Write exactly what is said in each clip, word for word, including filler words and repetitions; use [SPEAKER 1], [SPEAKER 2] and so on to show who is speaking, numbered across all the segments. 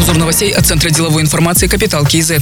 [SPEAKER 1] Обзор новостей от Центра деловой информации «Капитал КИЗ».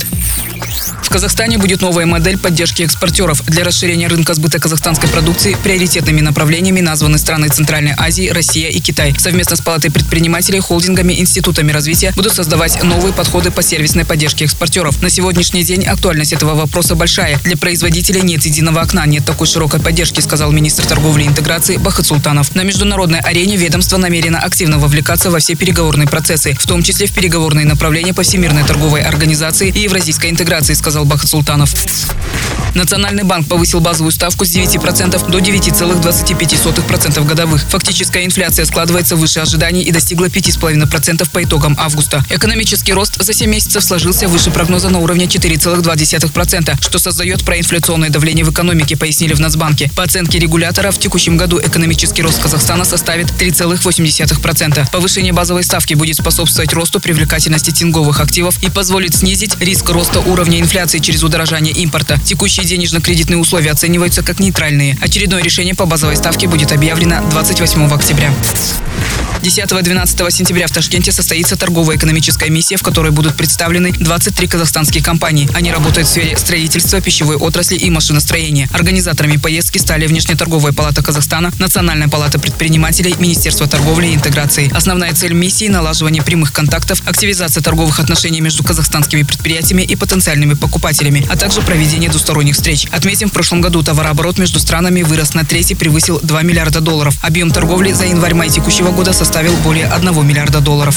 [SPEAKER 1] В Казахстане будет новая модель поддержки экспортеров. Для расширения рынка сбыта казахстанской продукции приоритетными направлениями названы страны Центральной Азии, Россия и Китай. Совместно с Палатой предпринимателей, холдингами, институтами развития будут создавать новые подходы по сервисной поддержке экспортеров. На сегодняшний день актуальность этого вопроса большая. Для производителей нет единого окна, нет такой широкой поддержки, сказал министр торговли и интеграции Бахыт Султанов. На международной арене ведомство намерено активно вовлекаться во все переговорные процессы, в том числе в переговорные направления по Всемирной торговой организации и евразийской интеграции, сказал Бахыт Султанов. Национальный банк повысил базовую ставку с девяти процентов до девяти целых двадцати пяти сотых процента годовых. Фактическая инфляция складывается выше ожиданий и достигла пяти целых пяти десятых процента по итогам августа. Экономический рост за семь месяцев сложился выше прогноза на уровне четыре целых два десятых процента, что создает проинфляционное давление в экономике, пояснили в Нацбанке. По оценке регулятора, в текущем году экономический рост Казахстана составит три целых восемь десятых процента. Повышение базовой ставки будет способствовать росту привлекательности тенговых активов и позволит снизить риск роста уровня инфляции через удорожание импорта. Текущие денежно-кредитные условия оцениваются как нейтральные. Очередное решение по базовой ставке будет объявлено двадцать восьмого октября. десятого-двенадцатого сентября в Ташкенте состоится торгово-экономическая миссия, в которой будут представлены двадцать три казахстанские компании. Они работают в сфере строительства, пищевой отрасли и машиностроения. Организаторами поездки стали Внешнеторговая палата Казахстана, Национальная палата предпринимателей, Министерство торговли и интеграции. Основная цель миссии – налаживание прямых контактов, активизация торговых отношений между казахстанскими предприятиями и потенциальными покупателями, а также проведение двусторонних встреч. Отметим, в прошлом году товарооборот между странами вырос на треть и превысил два миллиарда долларов. Объем торговли за январь-май текущего года составил более одного миллиарда долларов.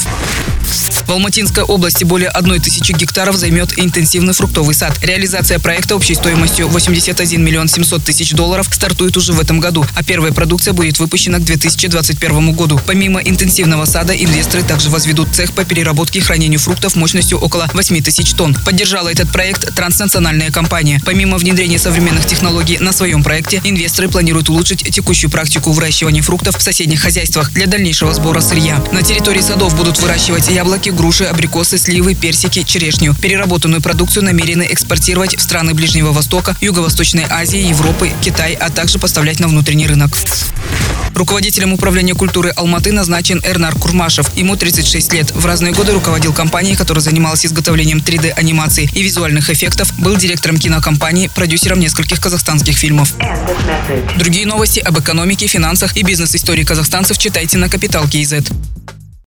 [SPEAKER 1] В Алматинской области более одной тысячи гектаров займет интенсивный фруктовый сад. Реализация проекта общей стоимостью восемьдесят один миллион семьсот тысяч долларов стартует уже в этом году, а первая продукция будет выпущена к две тысячи двадцать первому году. Помимо интенсивного сада, инвесторы также возведут цех по переработке и хранению фруктов мощностью около восьми тысяч тонн. Поддержала этот проект транснациональная компания. Помимо внедрения современных технологий на своем проекте, инвесторы планируют улучшить текущую практику выращивания фруктов в соседних хозяйствах для дальнейшего сбора сырья. На территории садов будут выращивать яблоки, груши, абрикосы, сливы, персики, черешню. Переработанную продукцию намерены экспортировать в страны Ближнего Востока, Юго-Восточной Азии, Европы, Китай, а также поставлять на внутренний рынок. Руководителем управления культуры Алматы назначен Эрнар Курмашев. Ему тридцать шесть лет. В разные годы руководил компанией, которая занималась изготовлением три дэ анимации и визуальных эффектов, был директором кинокомпании, продюсером нескольких казахстанских фильмов. Другие новости об экономике, финансах и бизнес-истории казахстанцев читайте на Капитал КИЗ.